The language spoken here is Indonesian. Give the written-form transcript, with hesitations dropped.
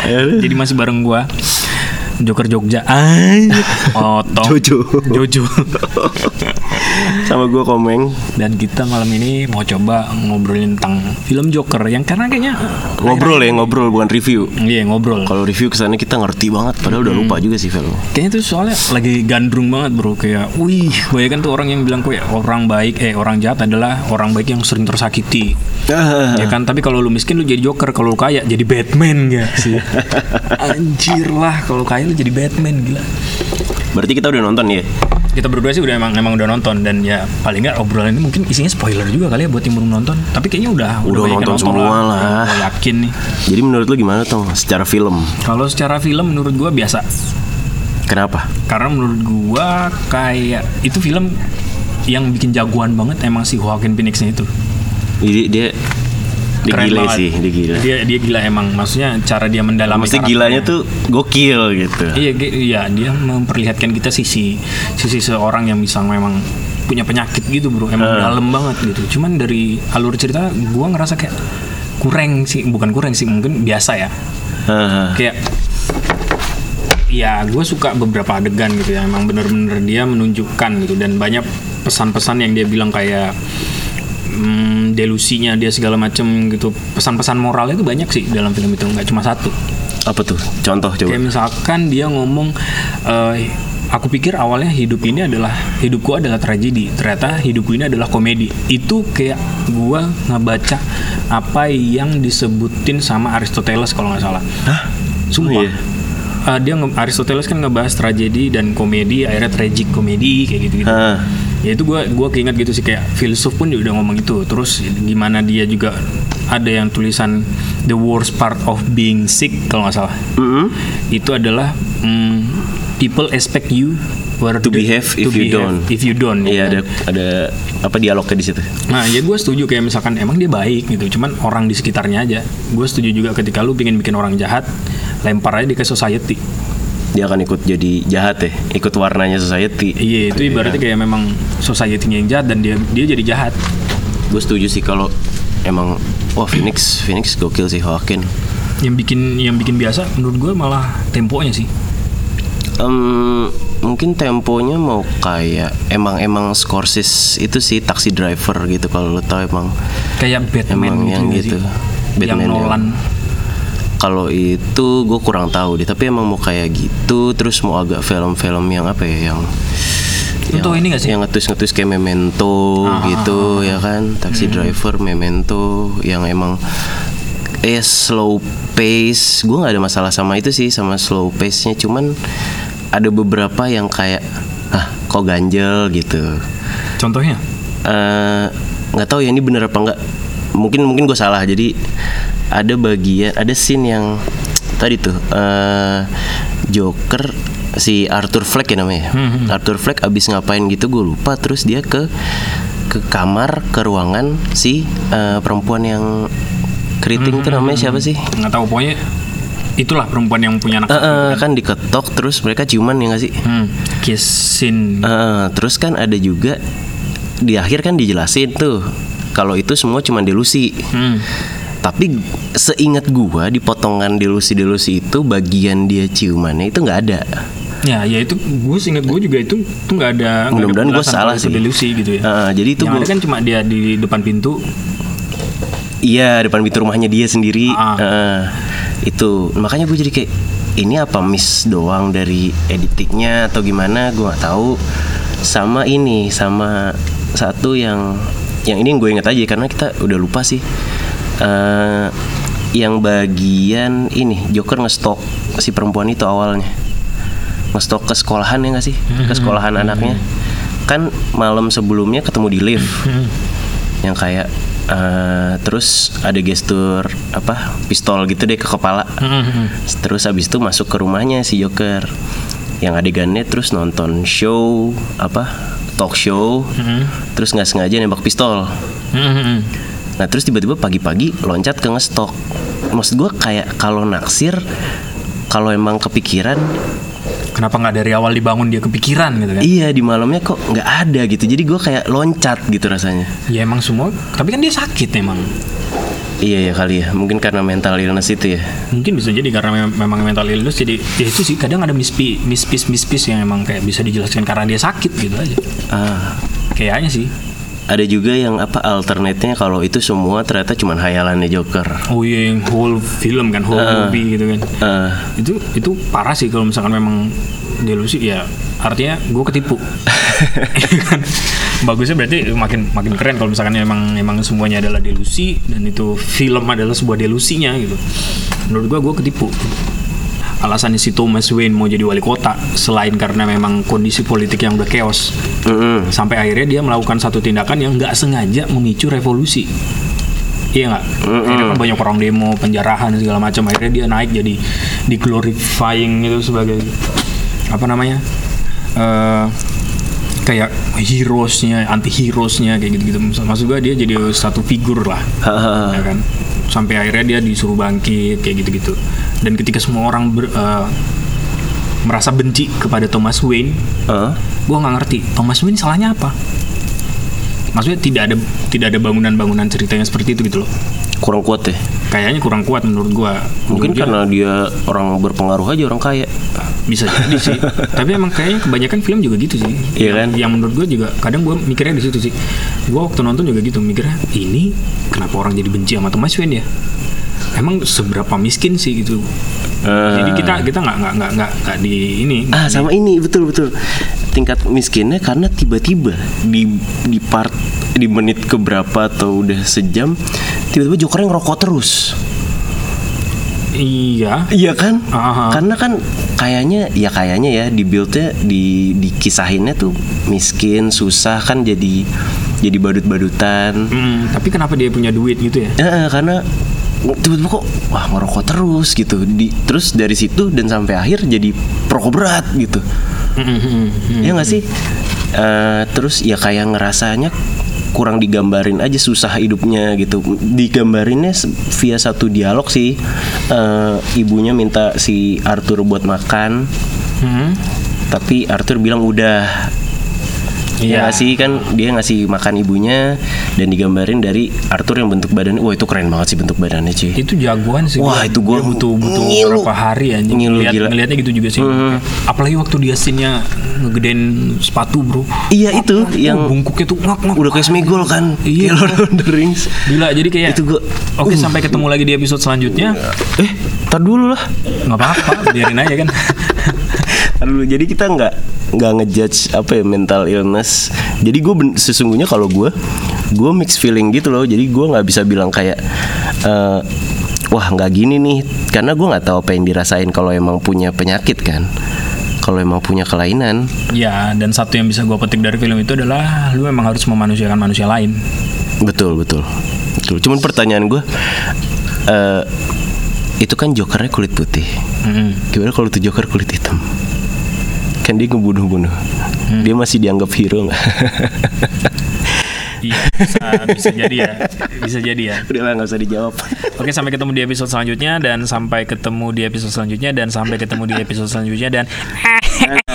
Jadi masih bareng gua Joker Jogja. Otong Jojo. Sama gue Komeng. Dan kita malam ini mau coba ngobrolin tentang film Joker yang karena kayaknya ngobrol bukan review. Iya, ngobrol. Kalau review kesannya kita ngerti banget, padahal udah lupa juga sih film. Kayaknya tuh soalnya lagi gandrung banget bro, kayak banyak kan tuh orang yang bilang kayak orang jahat adalah orang baik yang sering tersakiti. Ya kan, tapi kalau lu miskin lu jadi Joker, kalau lu kaya jadi Batman gak sih? Anjir lah, kalau kaya lu jadi Batman, gila. Berarti kita udah nonton ya? Kita berdua sih emang udah nonton, dan ya paling nggak obrolan ini mungkin isinya spoiler juga kali ya buat yang belum nonton. Tapi kayaknya udah nonton semua lah. Yakin nih. Jadi menurut lu gimana tuh secara film? Kalau secara film menurut gua biasa. Kenapa? Karena menurut gua kayak itu film yang bikin jagoan banget emang si Joaquin Phoenix-nya itu. Jadi dia gila sih, dia gila. Dia gila emang, maksudnya cara dia mendalami. Maksudnya gilanya tuh gokil gitu. Iya, dia memperlihatkan kita sisi seorang yang bisa memang punya penyakit gitu bro, emang dalam banget gitu. Cuman dari alur cerita gue ngerasa kayak bukan kurang sih, mungkin biasa ya. Kayak ya gue suka beberapa adegan gitu ya, emang bener-bener dia menunjukkan gitu, dan banyak pesan-pesan yang dia bilang kayak delusinya dia segala macem gitu. Pesan-pesan moralnya itu banyak sih dalam film itu, nggak cuma satu. Apa tuh? Contoh coba. Kayak misalkan dia ngomong, aku pikir awalnya hidupku adalah tragedi, ternyata hidupku ini adalah komedi. Itu kayak gua ngebaca apa yang disebutin sama Aristoteles kalau nggak salah. Hah? Sumpah. Iya. Aristoteles kan ngebahas tragedi dan komedi, akhirnya tragic komedi kayak gitu-gitu. Ya itu gue keinget gitu sih, kayak filsuf pun dia udah ngomong itu. Terus gimana dia juga ada yang tulisan the worst part of being sick kalau nggak salah. Itu adalah people expect you to behave if you don't. Iya, ada apa dialognya di situ. Nah, ya gue setuju, kayak misalkan emang dia baik gitu, cuman orang di sekitarnya aja. Gue setuju juga ketika lu pengen bikin orang jahat, lempar aja dia ke society. Dia akan ikut jadi jahat ya, ikut warnanya society. Iya, itu ibaratnya kayak memang society-nya yang jahat dan dia jadi jahat. Gue setuju sih kalau emang Phoenix gokil sih Joaquin. Yang bikin biasa menurut gue malah temponya sih. Mungkin temponya mau kayak emang Scorsese itu sih Taxi Driver gitu, kalau lo tau, emang kayak Batman emang yang gitu. Batman yang Nolan. Kalau itu gue kurang tahu deh, tapi emang mau kayak gitu. Terus mau agak film-film yang apa ya, ini gak sih? Yang ngetus kayak Memento gitu ya kan, Taxi Driver, Memento, yang emang slow pace. Gue nggak ada masalah sama itu sih, sama slow pace-nya. Cuman ada beberapa yang kayak kok ganjel gitu. Contohnya? Nggak tahu ya ini bener apa enggak. Mungkin gue salah. Jadi ada scene yang tadi tuh Joker, si Arthur Fleck ya namanya. Arthur Fleck abis ngapain gitu gue lupa. Terus dia ke kamar, ke ruangan si perempuan yang keriting tuh namanya siapa sih? Nggak tahu, pokoknya itulah perempuan yang punya anak. Kan diketok terus mereka ciuman ya nggak sih? Kiss scene. Terus kan ada juga di akhir kan dijelasin tuh kalau itu semua cuma delusi. Tapi seingat gua di potongan delusi itu bagian dia ciumannya itu nggak ada. Ya itu gue seingat gue juga itu nggak ada. Mudah-mudahan gue salah sih. Delusi gitu ya. Jadi itu yang ada kan cuma dia di depan pintu. Iya, depan pintu rumahnya dia sendiri. Itu makanya gue jadi kayak ini apa miss doang dari editingnya atau gimana, gue nggak tahu. Sama satu yang ini gue ingat aja karena kita udah lupa sih. Yang bagian ini Joker ngestok si perempuan itu awalnya, ngestok ke sekolahan ya nggak sih, ke sekolahan anaknya. Kan malam sebelumnya ketemu di lift, yang kayak terus ada gestur pistol gitu deh ke kepala. Terus habis itu masuk ke rumahnya si Joker, yang adegannya terus nonton show talk show, terus nggak sengaja nembak pistol. Nah terus tiba-tiba pagi-pagi loncat ke ngestok. Maksud gue kayak kalau naksir, kalau emang kepikiran, kenapa nggak dari awal dibangun dia kepikiran gitu kan? Iya, di malamnya kok nggak ada gitu. Jadi gue kayak loncat gitu rasanya. Ya emang semua, tapi kan dia sakit emang. Iya ya kali ya, mungkin karena mental illness itu ya. Mungkin bisa jadi karena memang mental illness, jadi ya itu sih kadang ada mispis yang emang kayak bisa dijelaskan karena dia sakit gitu aja. Kayaknya sih. Ada juga yang alternate-nya kalau itu semua ternyata cuma hayalannya Joker. Oh iya, yang whole film kan, whole movie gitu kan. Itu parah sih kalau misalkan memang delusi ya, artinya gue ketipu. Bagusnya berarti makin keren kalau misalkan emang semuanya adalah delusi dan itu film adalah sebuah delusinya gitu. Menurut gue ketipu. Alasannya si Thomas Wayne mau jadi wali kota selain karena memang kondisi politik yang udah chaos, sampai akhirnya dia melakukan satu tindakan yang nggak sengaja memicu revolusi. Iya nggak? Akhirnya kan banyak orang demo, penjarahan segala macam. Akhirnya dia naik jadi di glorifying itu sebagai apa namanya? Kayak heroesnya, anti heroesnya kayak gitu-gitu. Maksud gue dia jadi satu figur lah, ya kan? Sampai akhirnya dia disuruh bangkit kayak gitu-gitu. Dan ketika semua orang merasa benci kepada Thomas Wayne, gue nggak ngerti Thomas Wayne salahnya apa. Maksudnya tidak ada bangunan ceritanya seperti itu gitu loh. Kurang kuat ya? Kayaknya kurang kuat menurut gue. Mungkin karena dia orang berpengaruh aja, orang kaya. Bisa jadi sih. Tapi emang kayaknya kebanyakan film juga gitu sih. Iya kan? Yang menurut gue juga kadang gue mikirnya di situ sih. Gue waktu nonton juga gitu mikirnya, ini kenapa orang jadi benci sama Thomas Wayne ya? Emang seberapa miskin sih gitu. Jadi kita nggak di ini. Sama ini betul. Tingkat miskinnya karena tiba-tiba di menit keberapa atau udah sejam tiba-tiba Jokernya ngerokok terus. Iya kan? Karena kan kayaknya ya di build-nya di kisahinnya tuh miskin, susah kan jadi badut-badutan. Tapi kenapa dia punya duit gitu ya? Karena tiba-tiba kok ngerokok terus gitu. Terus dari situ dan sampai akhir jadi perokok berat gitu. Ya nggak sih? Terus ya kayak ngerasanya kurang digambarin aja susah hidupnya gitu. Digambarinnya via satu dialog sih. Ibunya minta si Arthur buat makan, tapi Arthur bilang udah. Iya sih, kan dia ngasih makan ibunya dan digambarin dari Arthur yang bentuk badannya. Wah itu keren banget sih bentuk badannya cuy. Itu jagoan sih. Wah itu gue butuh berapa hari aja ngeliatnya gitu juga sih. Apalagi waktu dia scene-nya ngegedein sepatu bro. Iya itu yang bungkuknya tuh ngak. Udah kayak Smigol kan. Iya. Lord of the Rings. Gila, jadi kayak itu gue. Oke, sampai ketemu lagi di episode selanjutnya. Tar dulu lah. Nggak apa-apa, biarin aja kan. Jadi kita nggak ngejudge mental illness. Jadi gue sesungguhnya kalau gue mixed feeling gitu loh. Jadi gue nggak bisa bilang kayak wah nggak gini nih, karena gue nggak tahu apa yang dirasain kalau emang punya penyakit kan, kalau emang punya kelainan. Ya, dan satu yang bisa gue petik dari film itu adalah lu memang harus memanusiakan manusia lain. Betul. Cuman pertanyaan gue, itu kan Jokernya kulit putih. Gimana kalau tuh Joker kulit hitam? Kan dia ngebunuh-bunuh. Dia masih dianggap hero nggak? Iya, bisa jadi ya. Udah lah, nggak usah dijawab. Oke, sampai ketemu di episode selanjutnya dan sampai ketemu di episode selanjutnya.